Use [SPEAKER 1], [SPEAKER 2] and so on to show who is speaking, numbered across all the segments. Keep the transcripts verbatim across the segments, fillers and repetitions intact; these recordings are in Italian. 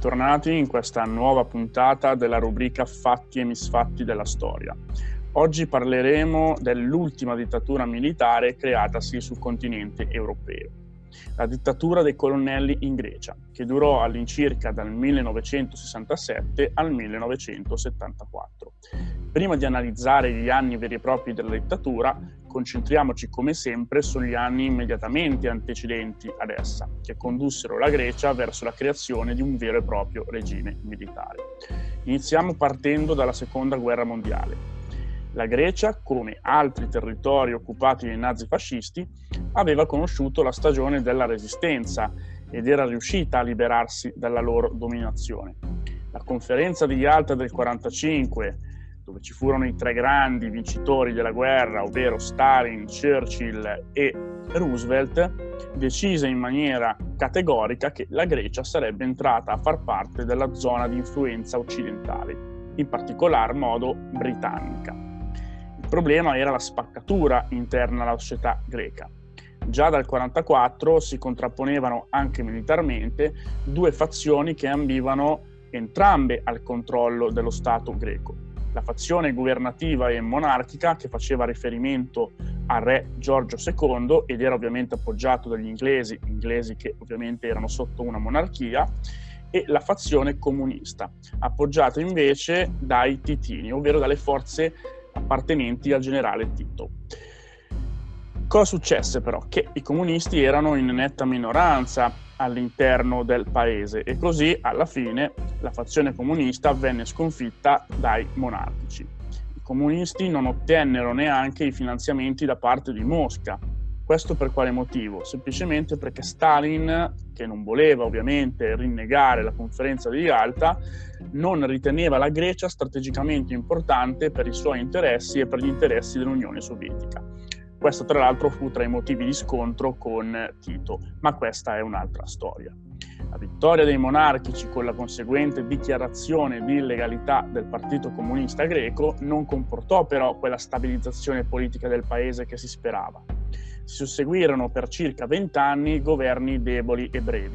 [SPEAKER 1] bentornati in questa nuova puntata della rubrica Fatti e misfatti della storia. Oggi parleremo dell'ultima dittatura militare creatasi sul continente europeo, la dittatura dei colonnelli in Grecia, che durò all'incirca dal millenovecentosessantasette al millenovecentosettantaquattro. Prima di analizzare gli anni veri e propri della dittatura, concentriamoci come sempre sugli anni immediatamente antecedenti ad essa, che condussero la Grecia verso la creazione di un vero e proprio regime militare. Iniziamo partendo dalla Seconda Guerra Mondiale. La Grecia, come altri territori occupati dai nazifascisti, aveva conosciuto la stagione della resistenza ed era riuscita a liberarsi dalla loro dominazione. La conferenza di Yalta del quarantacinque, dove ci furono i tre grandi vincitori della guerra, ovvero Stalin, Churchill e Roosevelt, decise in maniera categorica che la Grecia sarebbe entrata a far parte della zona di influenza occidentale, in particolar modo britannica. Il problema era la spaccatura interna alla società greca. Già dal millenovecentoquarantaquattro si contrapponevano anche militarmente due fazioni che ambivano entrambe al controllo dello Stato greco. La fazione governativa e monarchica, che faceva riferimento al re Giorgio secondo ed era ovviamente appoggiato dagli inglesi, inglesi che ovviamente erano sotto una monarchia, e la fazione comunista, appoggiata invece dai titini, ovvero dalle forze appartenenti al generale Tito. Cosa successe però? Che i comunisti erano in netta minoranza all'interno del paese e così alla fine la fazione comunista venne sconfitta dai monarchici. I comunisti non ottennero neanche i finanziamenti da parte di Mosca. Questo per quale motivo? Semplicemente perché Stalin, che non voleva ovviamente rinnegare la conferenza di Yalta, non riteneva la Grecia strategicamente importante per i suoi interessi e per gli interessi dell'Unione Sovietica. Questo tra l'altro fu tra i motivi di scontro con Tito, ma questa è un'altra storia. La vittoria dei monarchici con la conseguente dichiarazione di illegalità del Partito Comunista Greco non comportò però quella stabilizzazione politica del paese che si sperava. Si susseguirono per circa vent'anni governi deboli e brevi.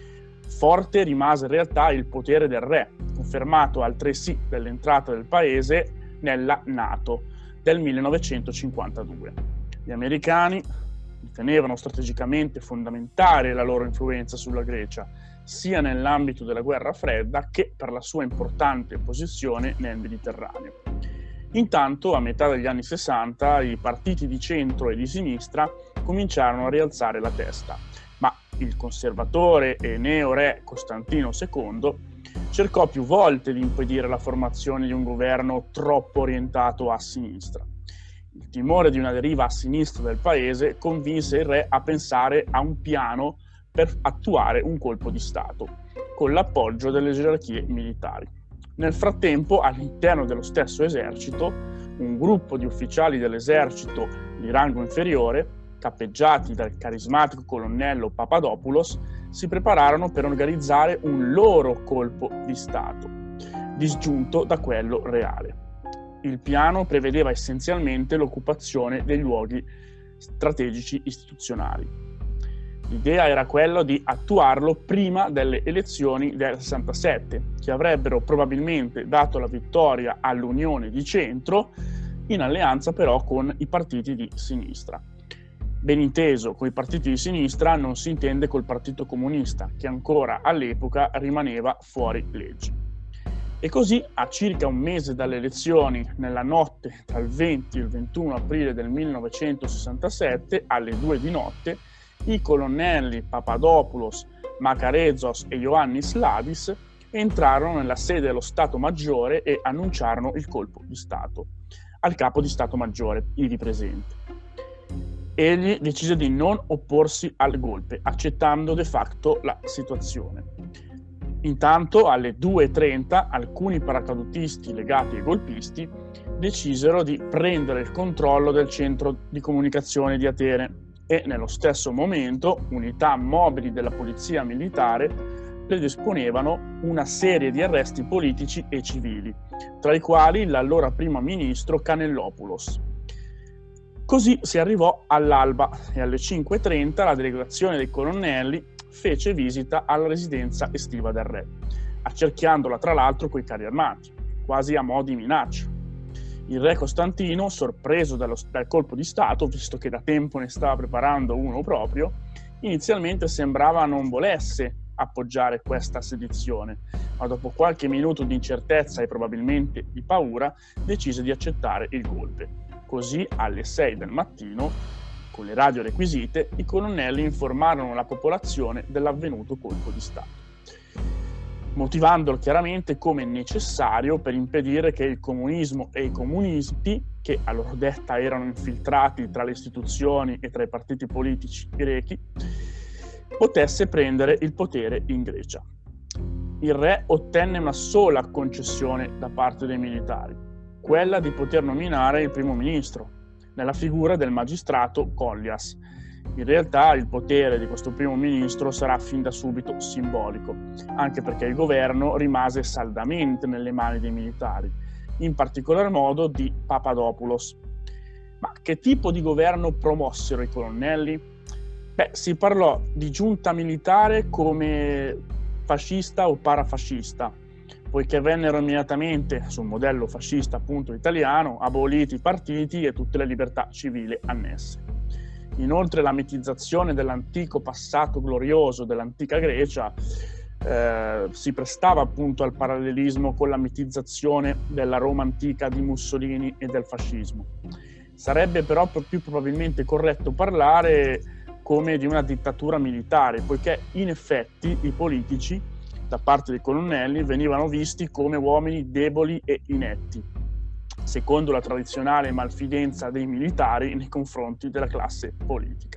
[SPEAKER 1] Forte rimase in realtà il potere del re, confermato altresì dall'entrata del paese nella NATO del millenovecentocinquantadue. Gli americani ritenevano strategicamente fondamentale la loro influenza sulla Grecia, sia nell'ambito della guerra fredda che per la sua importante posizione nel Mediterraneo. Intanto, a metà degli anni sessanta, i partiti di centro e di sinistra cominciarono a rialzare la testa, ma il conservatore e neo-re Costantino secondo cercò più volte di impedire la formazione di un governo troppo orientato a sinistra. Il timore di una deriva a sinistra del paese convinse il re a pensare a un piano per attuare un colpo di Stato, con l'appoggio delle gerarchie militari. Nel frattempo, all'interno dello stesso esercito, un gruppo di ufficiali dell'esercito di rango inferiore, cappeggiati dal carismatico colonnello Papadopoulos, si prepararono per organizzare un loro colpo di Stato, disgiunto da quello reale. Il piano prevedeva essenzialmente l'occupazione dei luoghi strategici istituzionali. L'idea era quella di attuarlo prima delle elezioni del sessantasette, che avrebbero probabilmente dato la vittoria all'Unione di Centro, in alleanza però con i partiti di sinistra. Ben inteso, con i partiti di sinistra non si intende col Partito Comunista, che ancora all'epoca rimaneva fuori legge. E così, a circa un mese dalle elezioni, nella notte tra il venti e il ventuno aprile del millenovecentosessantasette, alle due di notte, i colonnelli Papadopoulos, Makarezos e Ioannis Lavis entrarono nella sede dello Stato Maggiore e annunciarono il colpo di Stato al capo di Stato Maggiore, ivi presente. Egli decise di non opporsi al golpe, accettando de facto la situazione. Intanto, alle due e trenta, alcuni paracadutisti legati ai golpisti decisero di prendere il controllo del centro di comunicazione di Atene e, nello stesso momento, unità mobili della polizia militare predisponevano una serie di arresti politici e civili, tra i quali l'allora primo ministro Kanellopoulos. Così si arrivò all'alba e alle cinque e trenta la delegazione dei colonnelli fece visita alla residenza estiva del re. accerchiandola tra l'altro coi carri armati, quasi a mo' di minaccia. Il re Costantino, sorpreso dallo, dal colpo di Stato, visto che da tempo ne stava preparando uno proprio, inizialmente sembrava non volesse appoggiare questa sedizione, ma dopo qualche minuto di incertezza e probabilmente di paura decise di accettare il golpe. Così alle sei del mattino, con le radio requisite, i colonnelli informarono la popolazione dell'avvenuto colpo di Stato, motivandolo chiaramente come necessario per impedire che il comunismo e i comunisti, che a loro detta erano infiltrati tra le istituzioni e tra i partiti politici grechi, potesse prendere il potere in Grecia. Il re ottenne una sola concessione da parte dei militari, quella di poter nominare il primo ministro, nella figura del magistrato Kollias. In realtà il potere di questo primo ministro sarà fin da subito simbolico, anche perché il governo rimase saldamente nelle mani dei militari, in particolar modo di Papadopoulos. Ma che tipo di governo promossero i colonnelli? Beh, si parlò di giunta militare come fascista o parafascista, poiché vennero immediatamente, sul modello fascista appunto italiano, aboliti i partiti e tutte le libertà civili annesse. Inoltre la mitizzazione dell'antico passato glorioso dell'antica Grecia eh, si prestava appunto al parallelismo con la mitizzazione della Roma antica di Mussolini e del fascismo. Sarebbe però più probabilmente corretto parlare come di una dittatura militare, poiché in effetti i politici, da parte dei colonnelli, venivano visti come uomini deboli e inetti, secondo la tradizionale malfidenza dei militari nei confronti della classe politica.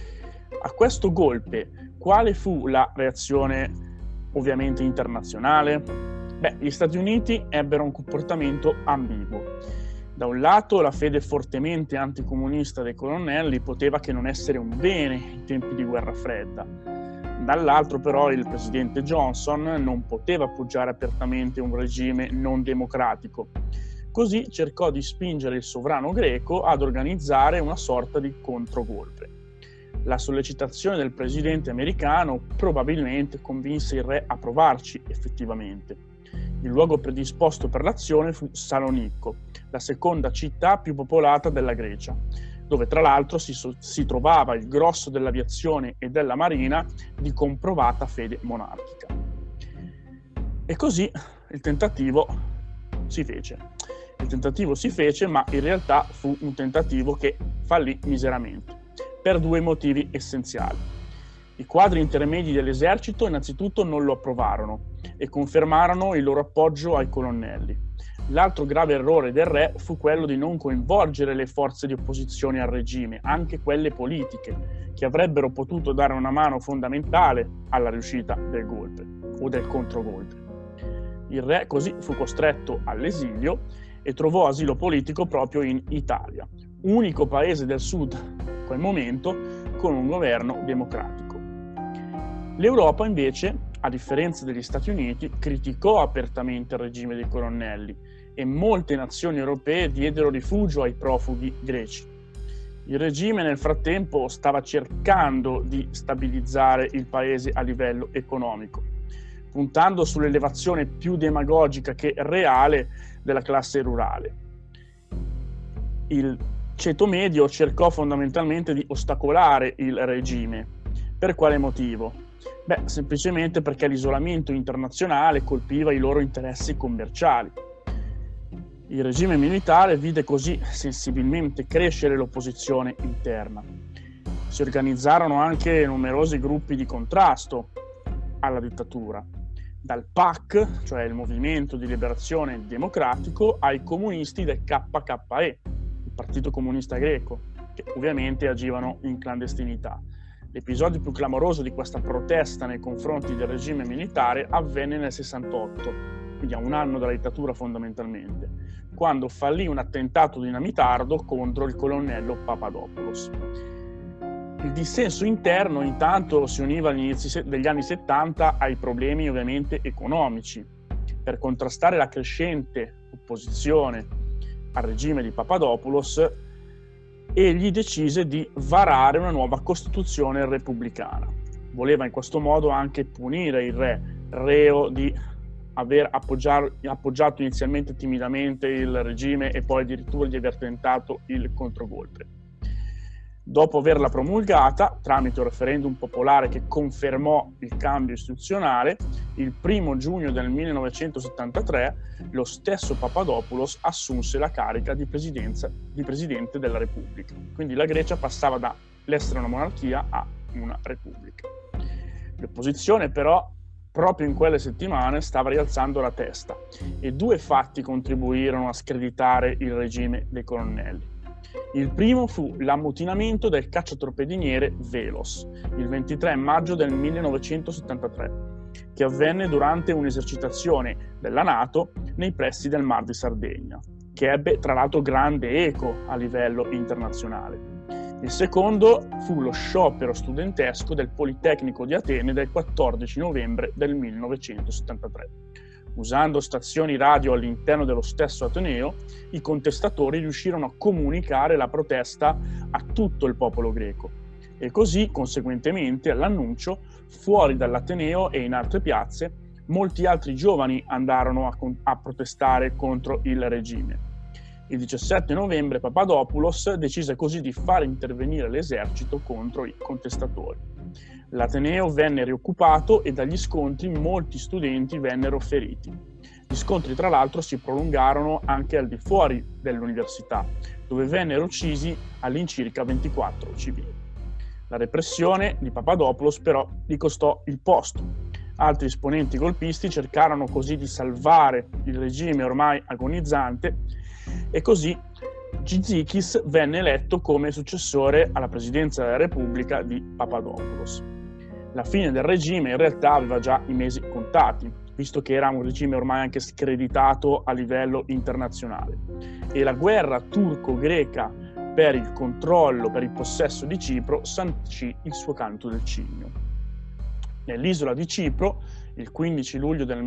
[SPEAKER 1] A questo golpe, quale fu la reazione ovviamente internazionale? Beh, gli Stati Uniti ebbero un comportamento ambiguo. Da un lato la fede fortemente anticomunista dei colonnelli poteva che non essere un bene in tempi di guerra fredda. Dall'altro però il presidente Johnson non poteva appoggiare apertamente un regime non democratico. Così cercò di spingere il sovrano greco ad organizzare una sorta di controgolpe. La sollecitazione del presidente americano probabilmente convinse il re a provarci effettivamente. Il luogo predisposto per l'azione fu Salonicco, la seconda città più popolata della Grecia, dove tra l'altro si, so- si trovava il grosso dell'aviazione e della marina di comprovata fede monarchica. E così il tentativo si fece. Il tentativo si fece, ma in realtà fu un tentativo che fallì miseramente, per due motivi essenziali. I quadri intermedi dell'esercito innanzitutto non lo approvarono e confermarono il loro appoggio ai colonnelli. L'altro grave errore del re fu quello di non coinvolgere le forze di opposizione al regime, anche quelle politiche, che avrebbero potuto dare una mano fondamentale alla riuscita del golpe o del controgolpe. Il re così fu costretto all'esilio e trovò asilo politico proprio in Italia, unico paese del sud in quel momento con un governo democratico. L'Europa invece, a differenza degli Stati Uniti, criticò apertamente il regime dei colonnelli e molte nazioni europee diedero rifugio ai profughi greci. Il regime nel frattempo stava cercando di stabilizzare il paese a livello economico, puntando sull'elevazione più demagogica che reale della classe rurale. Il ceto medio cercò fondamentalmente di ostacolare il regime. Per quale motivo? Beh, semplicemente perché l'isolamento internazionale colpiva i loro interessi commerciali. Il regime militare vide così sensibilmente crescere l'opposizione interna. Si organizzarono anche numerosi gruppi di contrasto alla dittatura, dal P A C, cioè il Movimento di Liberazione Democratico, ai comunisti del K K E, il Partito Comunista Greco, che ovviamente agivano in clandestinità. L'episodio più clamoroso di questa protesta nei confronti del regime militare avvenne nel sessantotto, quindi a un anno dalla dittatura fondamentalmente, quando fallì un attentato dinamitardo contro il colonnello Papadopoulos. Il dissenso interno intanto si univa agli inizi degli anni settanta ai problemi ovviamente economici. Per contrastare la crescente opposizione al regime di Papadopoulos, egli decise di varare una nuova Costituzione repubblicana. Voleva in questo modo anche punire il re, reo di aver appoggiar, appoggiato inizialmente timidamente il regime e poi addirittura di aver tentato il controgolpe. Dopo averla promulgata, tramite un referendum popolare che confermò il cambio istituzionale, il primo giugno del millenovecentosettantatré lo stesso Papadopoulos assunse la carica di, presidenza, di Presidente della Repubblica. Quindi la Grecia passava dall'essere una monarchia a una repubblica. L'opposizione però proprio in quelle settimane stava rialzando la testa e due fatti contribuirono a screditare il regime dei colonnelli. Il primo fu l'ammutinamento del cacciatorpediniere Velos, il ventitré maggio del millenovecentosettantatré, che avvenne durante un'esercitazione della NATO nei pressi del Mar di Sardegna, che ebbe tra l'altro grande eco a livello internazionale. Il secondo fu lo sciopero studentesco del Politecnico di Atene del quattordici novembre del millenovecentosettantatré. Usando stazioni radio all'interno dello stesso Ateneo, i contestatori riuscirono a comunicare la protesta a tutto il popolo greco e così, conseguentemente all'annuncio, fuori dall'Ateneo e in altre piazze, molti altri giovani andarono a, a protestare contro il regime. Il diciassette novembre Papadopoulos decise così di far intervenire l'esercito contro i contestatori. L'Ateneo venne rioccupato e dagli scontri molti studenti vennero feriti. Gli scontri tra l'altro si prolungarono anche al di fuori dell'università, dove vennero uccisi all'incirca ventiquattro civili. La repressione di Papadopoulos però gli costò il posto. Altri esponenti golpisti cercarono così di salvare il regime ormai agonizzante e così Tzitsikis venne eletto come successore alla presidenza della Repubblica di Papadopoulos. La fine del regime in realtà aveva già i mesi contati, visto che era un regime ormai anche screditato a livello internazionale, e la guerra turco-greca per il controllo, per il possesso di Cipro, sancì il suo canto del cigno. Nell'isola di Cipro, il quindici luglio del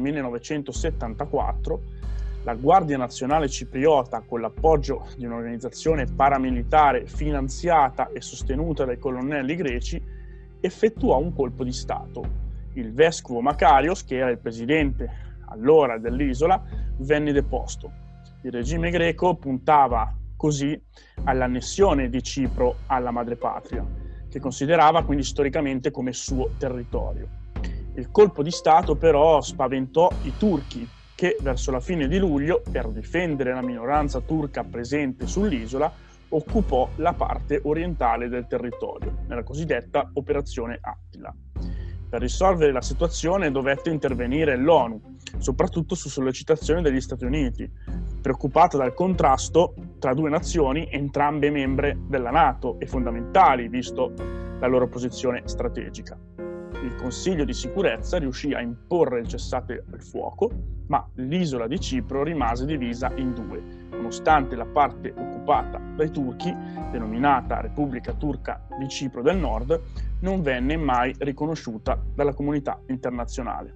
[SPEAKER 1] millenovecentosettantaquattro, la Guardia Nazionale Cipriota, con l'appoggio di un'organizzazione paramilitare finanziata e sostenuta dai colonnelli greci, effettuò un colpo di Stato. Il vescovo Makarios, che era il presidente allora dell'isola, venne deposto. Il regime greco puntava così all'annessione di Cipro alla madrepatria, che considerava quindi storicamente come suo territorio. Il colpo di Stato però spaventò i turchi, che verso la fine di luglio, per difendere la minoranza turca presente sull'isola, occupò la parte orientale del territorio, nella cosiddetta Operazione Attila. Per risolvere la situazione dovette intervenire l'ONU, soprattutto su sollecitazione degli Stati Uniti, preoccupata dal contrasto tra due nazioni, entrambe membre della NATO e fondamentali, visto la loro posizione strategica. Il Consiglio di sicurezza riuscì a imporre il cessate il fuoco, ma l'isola di Cipro rimase divisa in due, nonostante la parte occupata dai turchi, denominata Repubblica Turca di Cipro del Nord, non venne mai riconosciuta dalla comunità internazionale.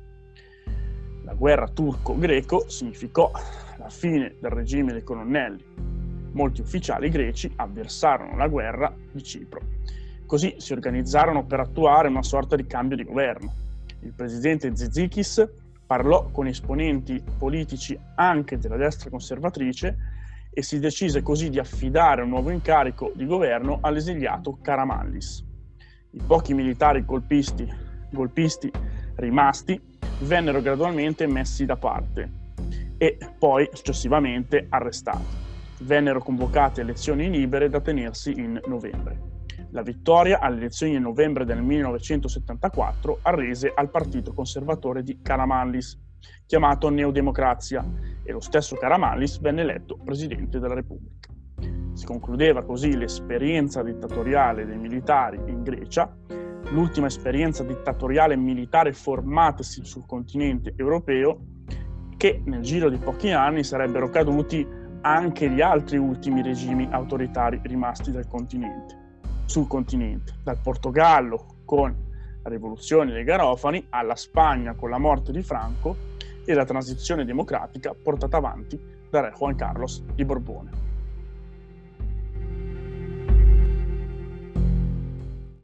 [SPEAKER 1] La guerra turco-greco significò la fine del regime dei colonnelli. Molti ufficiali greci avversarono la guerra di Cipro. Così si organizzarono per attuare una sorta di cambio di governo. Il presidente Tzitsikis parlò con esponenti politici anche della destra conservatrice e si decise così di affidare un nuovo incarico di governo all'esiliato Karamanlis. I pochi militari golpisti, golpisti rimasti vennero gradualmente messi da parte e poi successivamente arrestati. Vennero convocate elezioni libere da tenersi in novembre. La vittoria alle elezioni di novembre del millenovecentosettantaquattro arrese al partito conservatore di Karamanlis, chiamato Neodemocrazia, e lo stesso Karamanlis venne eletto presidente della Repubblica. Si concludeva così l'esperienza dittatoriale dei militari in Grecia, l'ultima esperienza dittatoriale militare formatasi sul continente europeo, che nel giro di pochi anni sarebbero caduti anche gli altri ultimi regimi autoritari rimasti dal continente. sul continente, dal Portogallo con la rivoluzione dei Garofani alla Spagna con la morte di Franco e la transizione democratica portata avanti da re Juan Carlos di Borbone.